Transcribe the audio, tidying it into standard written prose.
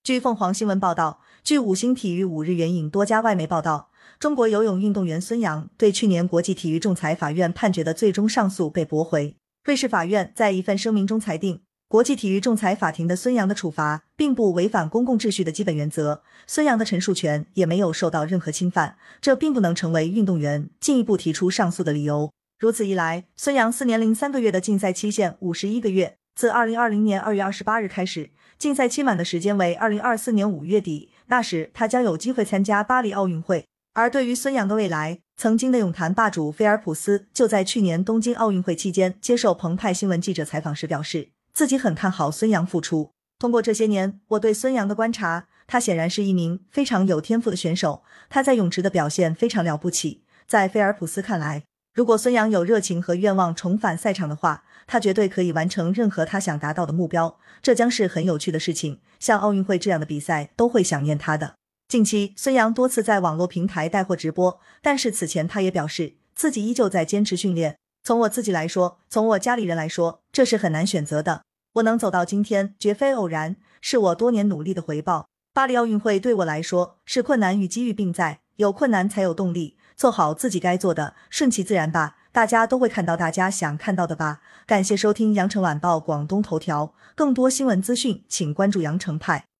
据凤凰新闻报道，据五星体育5日援引多家外媒报道，中国游泳运动员孙杨对去年国际体育仲裁法院判决的最终上诉被驳回。瑞士法院在一份声明中裁定，国际体育仲裁法庭的孙杨的处罚并不违反公共秩序的基本原则，孙杨的陈述权也没有受到任何侵犯，这并不能成为运动员进一步提出上诉的理由。如此一来，孙杨4年0.3个月的禁赛期限51个月，自2020年2月28日开始，禁赛期满的时间为2024年5月底，那时他将有机会参加巴黎奥运会。而对于孙杨的未来，曾经的泳坛霸主菲尔普斯就在去年东京奥运会期间接受澎湃新闻记者采访时表示，自己很看好孙杨复出。通过这些年我对孙杨的观察，他显然是一名非常有天赋的选手，他在泳池的表现非常了不起。在菲尔普斯看来，如果孙杨有热情和愿望重返赛场的话，他绝对可以完成任何他想达到的目标，这将是很有趣的事情，像奥运会这样的比赛都会想念他的。近期孙杨多次在网络平台带货直播，但是此前他也表示自己依旧在坚持训练。从我自己来说，从我家里人来说，这是很难选择的。我能走到今天绝非偶然，是我多年努力的回报。巴黎奥运会对我来说是困难与机遇并在，有困难才有动力，做好自己该做的，顺其自然吧，大家都会看到大家想看到的吧。感谢收听羊城晚报广东头条，更多新闻资讯请关注羊城派。